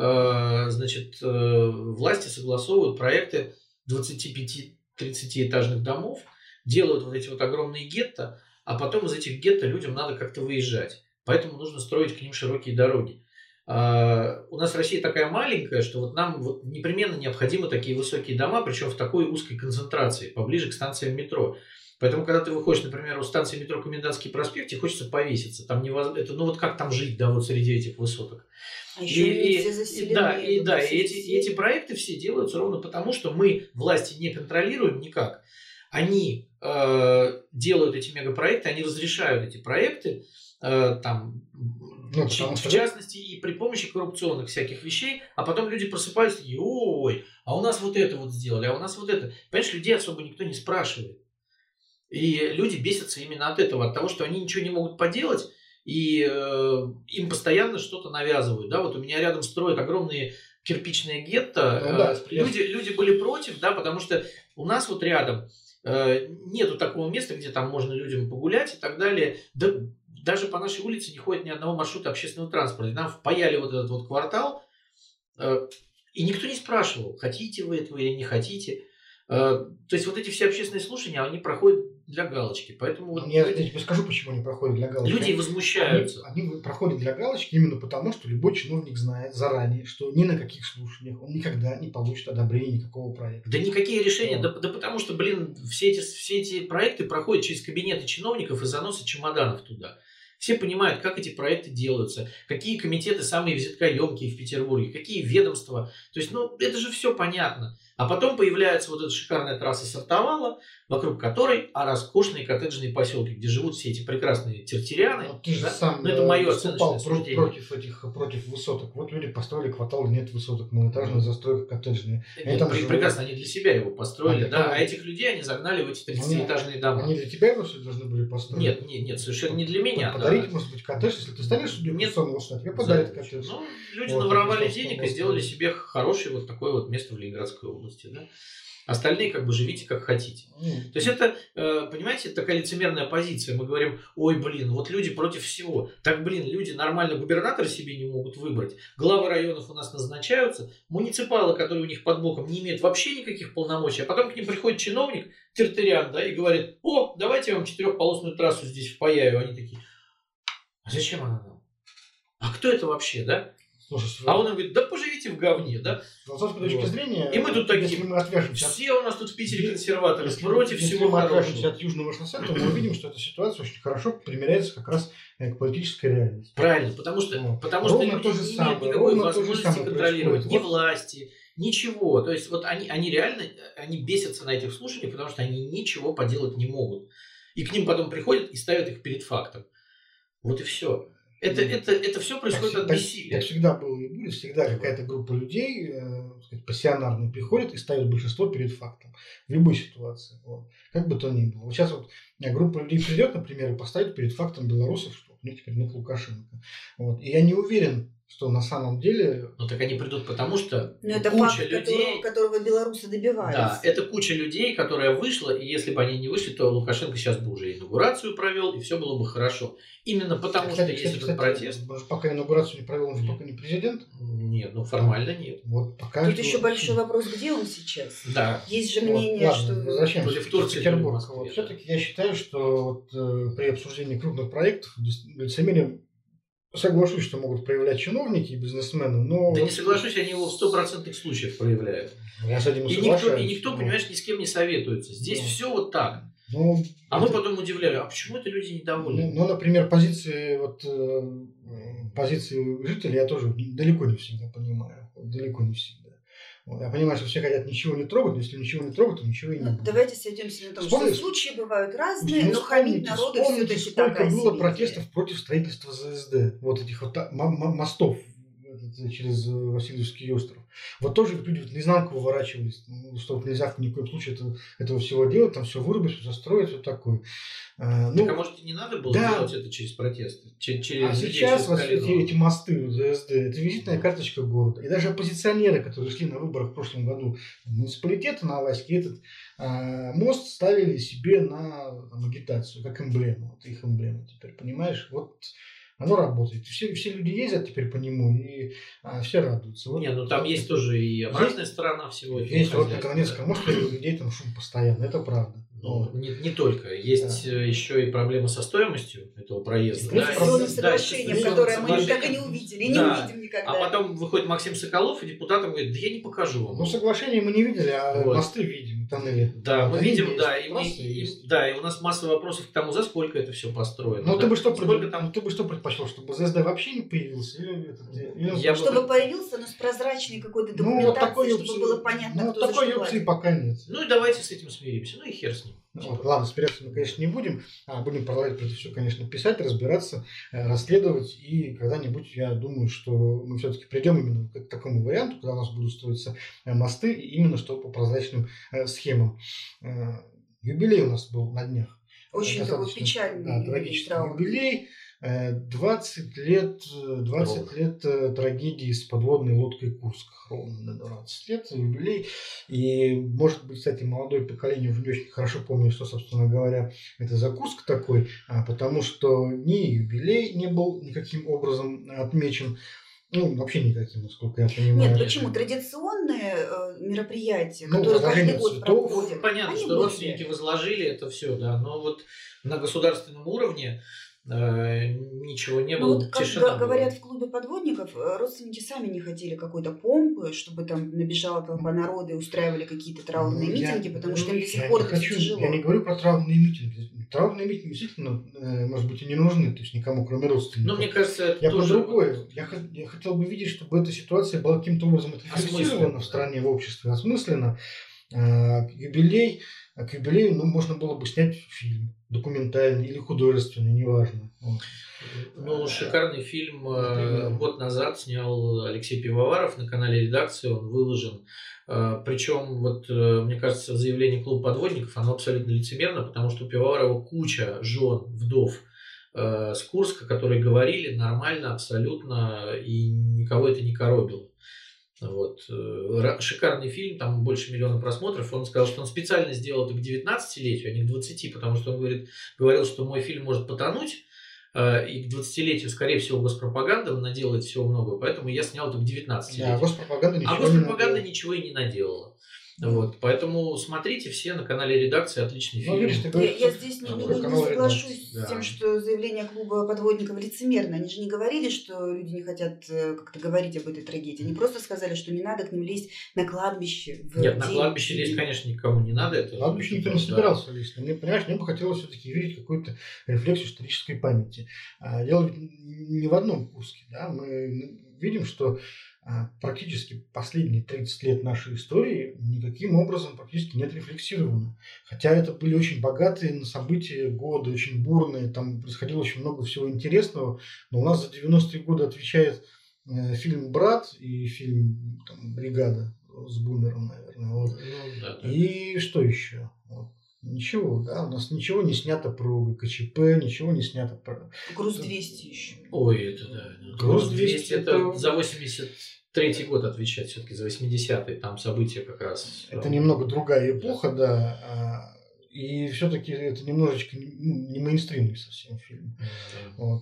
власти согласовывают проекты 25-30-этажных домов, делают вот эти вот огромные гетто, а потом из этих гетто людям надо как-то выезжать. Поэтому нужно строить к ним широкие дороги. У нас Россия такая маленькая, что нам непременно необходимы такие высокие дома, причем в такой узкой концентрации, поближе к станциям метро. Поэтому, когда ты выходишь, например, у станции метро Комендантский проспект, тебе хочется повеситься. Там невозможно. Это как там жить, среди этих высоток. Эти проекты все делаются ровно потому, что мы власти не контролируем никак. Они делают эти мегапроекты, они разрешают эти проекты, в частности, и при помощи коррупционных всяких вещей, а потом люди просыпаются и ой, а у нас вот это вот сделали, а у нас вот это. Понимаешь, людей особо никто не спрашивает. И люди бесятся именно от этого, от того, что они ничего не могут поделать, и им постоянно что-то навязывают. Да? Вот у меня рядом строят огромные кирпичные гетто. Люди были против, да, потому что у нас вот рядом нету такого места, где там можно людям погулять и так далее. Да, даже по нашей улице не ходит ни одного маршрута общественного транспорта. Нам впаяли вот этот вот квартал, и никто не спрашивал, хотите вы этого или не хотите. То есть вот эти все общественные слушания, они проходят для галочки. Поэтому я тебе скажу, почему они проходят для галочки. Люди возмущаются. Они проходят для галочки именно потому, что любой чиновник знает заранее, что ни на каких слушаниях он никогда не получит одобрения никакого проекта. Да никакие решения. Да потому что, все эти проекты проходят через кабинеты чиновников и заносы чемоданов туда. Все понимают, как эти проекты делаются, какие комитеты самые визиткоемкие в Петербурге, какие ведомства. То есть, это же все понятно. А потом появляется вот эта шикарная трасса Сартовала, вокруг которой роскошные коттеджные поселки, где живут все эти прекрасные тертяряны. Ты же сам это мое оценочное суждение. Против высоток. Вот люди построили квартал, нет высоток, малоэтажная застройка коттеджная. Прекрасно, они для себя его построили, а этих людей они загнали в эти 30-этажные дома. Они для тебя его должны были построить? Нет, совершенно не для меня. Подарить, может быть, коттедж, если ты станешь судебным судом, тебе подарят коттедж. Люди наворовали денег и сделали себе хорошее вот такое вот место в Ленинградской области. Да? Остальные как бы живите как хотите. То есть это, понимаете, это такая лицемерная позиция. Мы говорим, ой, блин, вот люди против всего. Так, блин, люди нормально губернатора себе не могут выбрать. Главы районов у нас назначаются. Муниципалы, которые у них под боком, не имеют вообще никаких полномочий. А потом к ним приходит чиновник, территориан, да, и говорит, о, давайте я вам 4-полосную трассу здесь впаяю. Они такие, а зачем она нам? А кто это вообще, да? Слушай, а он им говорит, да поживите в говне, да? С философской точки зрения, и мы тут такие, если мы отвяжемся все у нас тут в Питере консерваторы, против если всего мы хорошего. отвяжемся от южного шоссе, то мы увидим, что эта ситуация очень хорошо примеряется как раз к политической реальности. Правильно, потому что ровно люди то же не самое, имеют никакой ровно то же возможности самое контролировать происходит. ни власти, ничего. То есть вот они реально, они бесятся на этих слушаниях, потому что они ничего поделать не могут. И к ним потом приходят и ставят их перед фактом. Вот и все. Это все происходит от бессилия. Так всегда было и будет. Всегда какая-то группа людей пассионарно приходит и ставит большинство перед фактом. В любой ситуации. Вот. Как бы то ни было. Вот сейчас вот группа людей придет, например, и поставит перед фактом белорусов, что у них теперь нет Лукашенко. Вот. И я не уверен, что на самом деле... Ну так они придут, потому что это куча факт, людей... которого белорусы добивались. Да, это куча людей, которая вышла, и если бы они не вышли, то Лукашенко сейчас бы уже инаугурацию провел, и все было бы хорошо. Именно потому, что есть этот протест. Пока инаугурацию не провел, он же пока не президент? Нет, ну формально нет. Вот, пока Тут еще большой вопрос, где он сейчас? Да. Есть же мнение, вот, ладно, что... Возвращаемся в Турции, Петербург. в Москве, Вот, да. все-таки я считаю, что вот, при обсуждении крупных проектов лицемерие соглашусь, что могут проявлять чиновники и бизнесмены, но... Да не соглашусь, они его в 100% случаев проявляют. Я с этим И никто, понимаешь, ни с кем не советуется. Здесь все вот так. Мы потом удивляем, а почему это люди недовольны? Ну, например, позиции жителей я тоже далеко не всегда понимаю. Далеко не всегда. Я понимаю, что все хотят ничего не трогать, но если ничего не трогать, то ничего и не будет. Давайте сойдемся на том, что случаи бывают разные, но хамить народу все-таки такая сколько было себе протестов против строительства ЗСД, вот этих вот мостов через Васильевский остров. Вот тоже люди вот наизнанку выворачивались, что вот нельзя ни в коем случае этого всего делать, там все вырубить, все застроить, вот такое. Так, а может и не надо было делать это через протесты? А сейчас вот эти мосты ЗСД, это визитная карточка города. И даже оппозиционеры, которые шли на выборах в прошлом году в муниципалитеты на Алаське, этот мост ставили себе на агитацию, как эмблему. Вот их эмблема теперь, понимаешь? Вот оно работает. Все люди ездят теперь по нему, и все радуются. Вот. Не, ну там есть тоже и обратная сторона всего этого. Есть вот на Каменецком мосту у людей там шум постоянно, это правда. Ну, не только. Есть еще и проблемы со стоимостью этого проезда. С конституционным соглашением, которое мы так и не увидели, не увидим никогда. А потом выходит Максим Соколов и депутатам говорит, да я не покажу вам. Ну, соглашение мы не видели, а мосты видим, тоннели. Да, мы видим, да, и у нас масса вопросов к тому, за сколько это все построено. Ну, ты бы что предпочел, чтобы ЗСД вообще не появился? Чтобы появился, но с прозрачной какой-то документацией, чтобы было понятно, кто за что такой опции пока нет. Ну и давайте с этим смиримся, ну и хер с ним. Ладно, смиряться мы, конечно, не будем. Будем продолжать про это все, конечно, писать, разбираться, расследовать. И когда-нибудь, я думаю, что мы все-таки придем именно к такому варианту, когда у нас будут строиться мосты, именно что по прозрачным схемам. Юбилей у нас был на днях. Очень такой печальный трагический юбилей. 20 лет трагедии с подводной лодкой Курск. Ровно 20 лет юбилей. И, может быть, кстати, молодое поколение уже не очень хорошо помнит, что, собственно говоря, это за Курск такой, потому что ни юбилей не был никаким образом отмечен. Ну, вообще никаким, насколько я понимаю. Нет, почему? Традиционные мероприятия, которые каждый год проходят. Понятно, что родственники возложили это все, да, но вот на государственном уровне ничего не было. Вот, как говорят в клубе подводников, родственники сами не хотели какой-то помпы, чтобы там набежала толпа народа и устраивали какие-то траурные митинги, потому что им до сих пор это тяжело. Я не говорю про траурные митинги. Траурные митинги действительно, может быть, и не нужны, то есть никому, кроме родственников. Но мне кажется, это я тоже... про другое. Я хотел бы видеть, чтобы эта ситуация была каким-то образом отрефлексирована в стране, в обществе, осмысленно. К юбилею можно было бы снять фильм документальный или художественный, неважно. Ну, шикарный фильм год назад снял Алексей Пивоваров на канале «Редакция», он выложен. Причем, вот, мне кажется, заявление клуба подводников, оно абсолютно лицемерно, потому что у Пивоварова куча жен, вдов с Курска, которые говорили нормально, абсолютно, и никого это не коробило. Вот. Шикарный фильм, там больше миллиона просмотров. Он сказал, что он специально сделал это к 19-летию, а не к 20, потому что он говорил, что мой фильм может потонуть, и к 20-летию, скорее всего, госпропаганда наделает всего много, поэтому я снял это к 19-летию. Да, госпропаганда ничего и не наделала. Вот, поэтому смотрите все на канале редакции, отличный фильм. Я здесь не соглашусь с тем, что заявление клуба подводников лицемерно. Они же не говорили, что люди не хотят как-то говорить об этой трагедии. Они просто сказали, что не надо к ним лезть на кладбище. Нет, на кладбище лезть, конечно, никому не надо. На кладбище никто не собирался лезть. Но мне бы хотелось все-таки видеть какую-то рефлексию исторической памяти. Дело не в одном Курске. Да? Мы видим, что практически последние 30 лет нашей истории никаким образом практически не отрефлексировано. Хотя это были очень богатые на события годы, очень бурные, там происходило очень много всего интересного, но у нас за 90-е годы отвечает фильм «Брат» и фильм «Бригада» с Бумером, наверное. Вот. Да. И что еще? Вот. Ничего, да, у нас ничего не снято про ГКЧП, ничего не снято про... Груз-200 еще. Ой, это да. Груз-200 это за 83-й год отвечать, все-таки за 80-й, там события как раз... Это немного другая эпоха, да, и все-таки это немножечко не мейнстримный совсем фильм. Вот.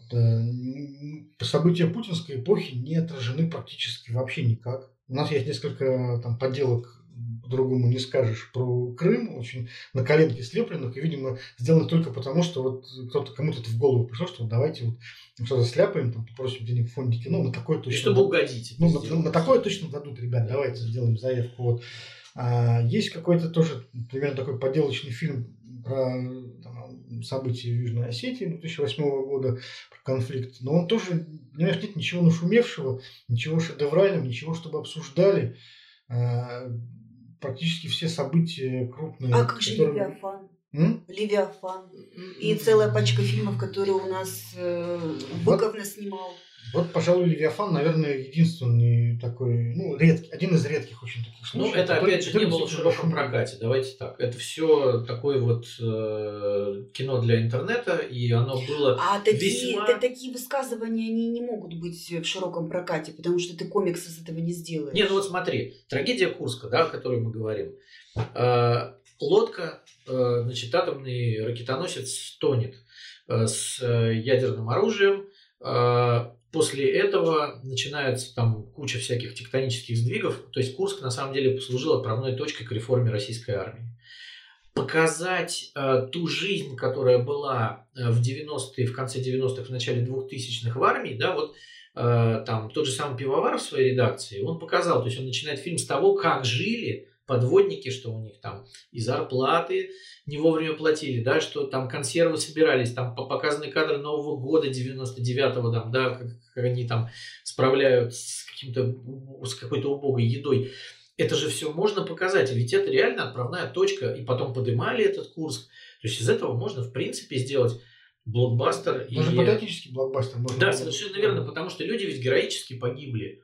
События путинской эпохи не отражены практически вообще никак. У нас есть несколько там подделок, по-другому не скажешь, про Крым, очень на коленке слепленных, и, видимо, сделано только потому, что вот кому-то в голову пришло, что давайте вот что-то сляпаем, там, попросим денег в фонде кино, на такое точно... Чтобы угодить. На такое точно дадут, ребят, давайте сделаем заявку. Вот. Есть какой-то тоже, примерно такой подделочный фильм про события Южной Осетии 2008 года, про конфликт, но он тоже, понимаешь, нет ничего нашумевшего, ничего шедеврального, ничего, чтобы обсуждали. Практически все события крупные. А как же Левиафан? Левиафан. И целая пачка фильмов, которые у нас Быков наснимал. Вот, пожалуй, Левиафан, наверное, единственный такой, редкий, один из редких очень таких случаев. Это, опять же, не было в широком прокате, давайте так. Это все такое вот кино для интернета, и оно было весьма... такие высказывания, они не могут быть в широком прокате, потому что ты комиксы с этого не сделаешь. Не, вот смотри, трагедия Курска, да, о которой мы говорим. Лодка, атомный ракетоносец тонет с ядерным оружием. После этого начинается там куча всяких тектонических сдвигов. То есть Курск на самом деле послужил отправной точкой к реформе российской армии. Показать ту жизнь, которая была в 90-е, в конце 90-х, в начале 2000-х в армии, да, вот там тот же самый Пивоваров в своей редакции, он показал, то есть он начинает фильм с того, как жили подводники, что у них там и зарплаты не вовремя платили, да, что там консервы собирались, там показаны кадры Нового года 99-го, там, да, как они там справляют с какой-то убогой едой. Это же все можно показать, ведь это реально отправная точка, и потом поднимали этот Курск. То есть из этого можно, в принципе, сделать блокбастер. Даже патриотический блокбастер можно. Да, совершенно верно, потому что люди ведь героически погибли.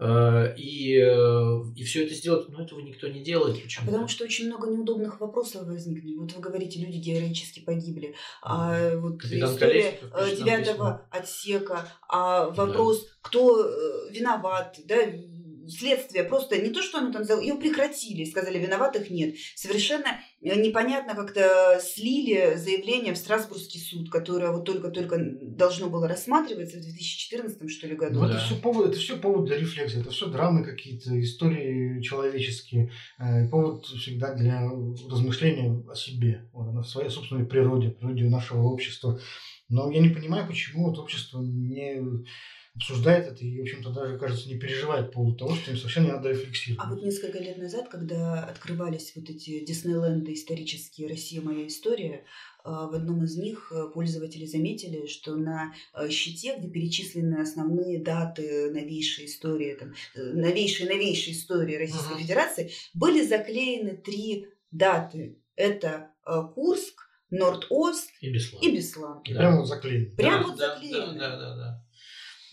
И все это сделать, этого никто не делает. Почему? Потому что очень много неудобных вопросов возникли. Вот вы говорите, люди героически погибли. А вот история 9-го отсека, вопрос, кто виноват, да, следствие просто не то, что оно там ее прекратили, сказали, виноватых нет. Совершенно непонятно как-то слили заявление в Страсбургский суд, которое вот только-только должно было рассматриваться в 2014 что ли году. Это все повод для рефлексии, это все драмы какие-то, истории человеческие, повод всегда для размышления о себе, о своей собственной природе нашего общества. Но я не понимаю, почему общество не обсуждает это и, в общем-то, даже, кажется, не переживает по поводу того, что им совершенно не надо рефлексировать. А вот несколько лет назад, когда открывались вот эти Диснейленды исторические «Россия. Моя история», в одном из них пользователи заметили, что на щите, где перечислены основные даты новейшей истории, новейшей истории Российской Федерации, были заклеены 3 даты. Это Курск, Норд-Ост и Беслан. И прямо вот заклеены. Прямо вот заклеены. Да.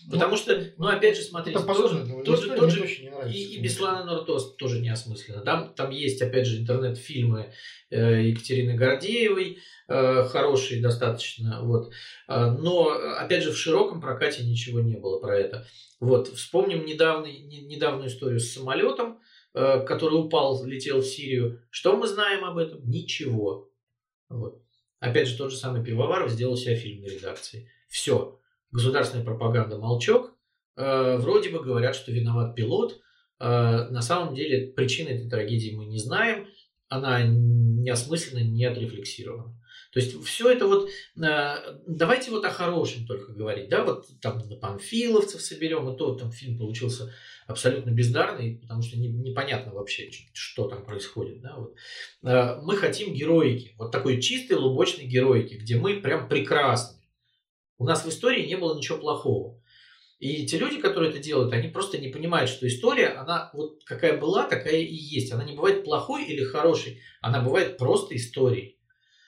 Потому что, опять же, смотрите, тот же и Беслан и Нортост тоже неосмысленно. Там есть, опять же, интернет-фильмы Екатерины Гордеевой, хорошие достаточно. Вот. Но, опять же, в широком прокате ничего не было про это. Вот. Вспомним недавнюю историю с самолетом, который упал, летел в Сирию. Что мы знаем об этом? Ничего. Вот. Опять же, тот же самый Пивоваров сделал себе фильм на редакции. Все. Государственная пропаганда молчок. Вроде бы говорят, что виноват пилот. На самом деле причины этой трагедии мы не знаем. Она неосмысленно, не отрефлексирована. То есть все это вот... Давайте вот о хорошем только говорить. Да, вот там на панфиловцев соберем. И то там фильм получился абсолютно бездарный, потому что непонятно вообще, что там происходит. Да, вот. Мы хотим героики. Вот такой чистой, лубочной героики, где мы прям прекрасны. У нас в истории не было ничего плохого. И те люди, которые это делают, они просто не понимают, что история, она вот какая была, такая и есть. Она не бывает плохой или хорошей, она бывает просто историей.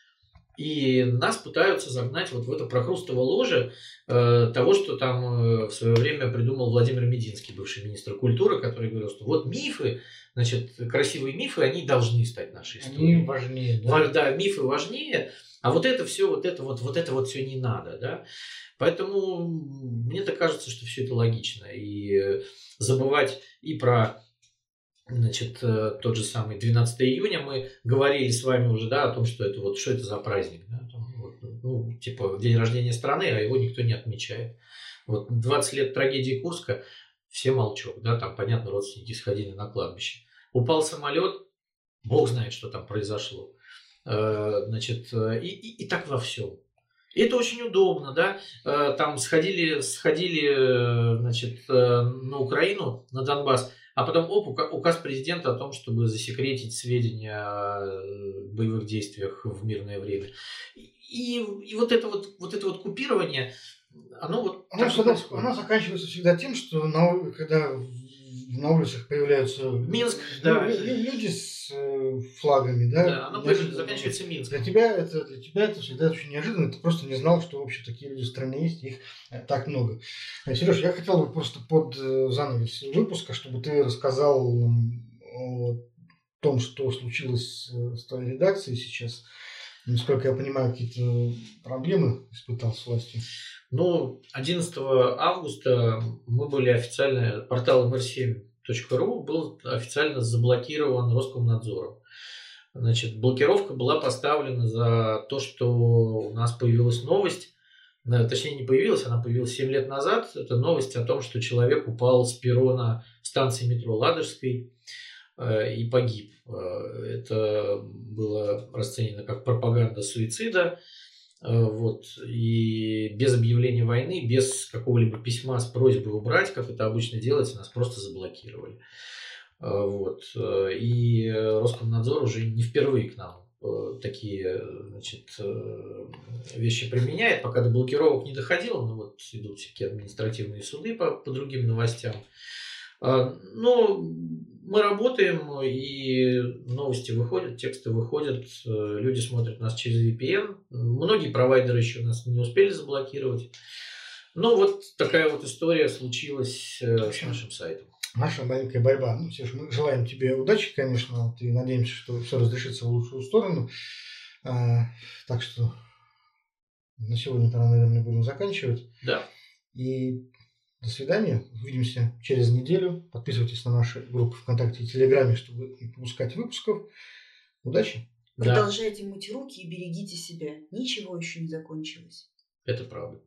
И нас пытаются загнать вот в это прохрустово ложе того, что там в свое время придумал Владимир Мединский, бывший министр культуры, который говорил, что вот мифы, значит, красивые мифы, они должны стать нашей историей. Они важнее. Да? Да, мифы важнее, а вот это все, вот это все не надо, да. Поэтому мне так кажется, что все это логично. И забывать и про, значит, тот же самый 12 июня мы говорили с вами уже, да, о том, что это вот что это за праздник, да? Там, вот, типа день рождения страны, а его никто не отмечает. Вот 20 лет трагедии Курска, все молчок, да, там, понятно, родственники сходили на кладбище. Упал самолет, бог знает, что там произошло. Значит, и так во всем. И это очень удобно, да. Там сходили, значит, на Украину, на Донбасс, а потом указ президента о том, чтобы засекретить сведения о боевых действиях в мирное время. И вот это вот купирование, оно заканчивается всегда тем, что когда на улицах появляются Минск, да. люди с флагами, да? Да, оно заканчивается Минском. Для тебя это всегда очень неожиданно. Ты просто не знал, что вообще такие люди в стране есть, их так много. Сереж, я хотел бы просто под занавес выпуска, чтобы ты рассказал о том, что случилось с твоей редакцией сейчас. Насколько я понимаю, какие-то проблемы испытал с властью. 11 августа мы были официально, портал mr7.ru был официально заблокирован Роскомнадзором. Значит, блокировка была поставлена за то, что у нас появилась новость, точнее не появилась, она появилась 7 лет назад. Это новость о том, что человек упал с перрона станции метро Ладожской и погиб. Это было расценено как пропаганда суицида. Вот. И без объявления войны, без какого-либо письма с просьбой убрать, как это обычно делается, нас просто заблокировали. Вот. И Роскомнадзор уже не впервые к нам такие, значит, вещи применяет. Пока до блокировок не доходило, но вот идут всякие административные суды по другим новостям. Но мы работаем, и новости выходят, тексты выходят, люди смотрят нас через VPN. Многие провайдеры еще нас не успели заблокировать. Но вот такая вот история случилась с нашим сайтом. Наша маленькая борьба. Сереж, мы желаем тебе удачи, конечно, и надеемся, что все разрешится в лучшую сторону. Так что на сегодня, наверное, будем заканчивать. Да. И до свидания. Увидимся через неделю. Подписывайтесь на наши группы ВКонтакте и Телеграме, чтобы не пропускать выпусков. Удачи. Продолжайте мыть руки и берегите себя. Ничего еще не закончилось. Это правда.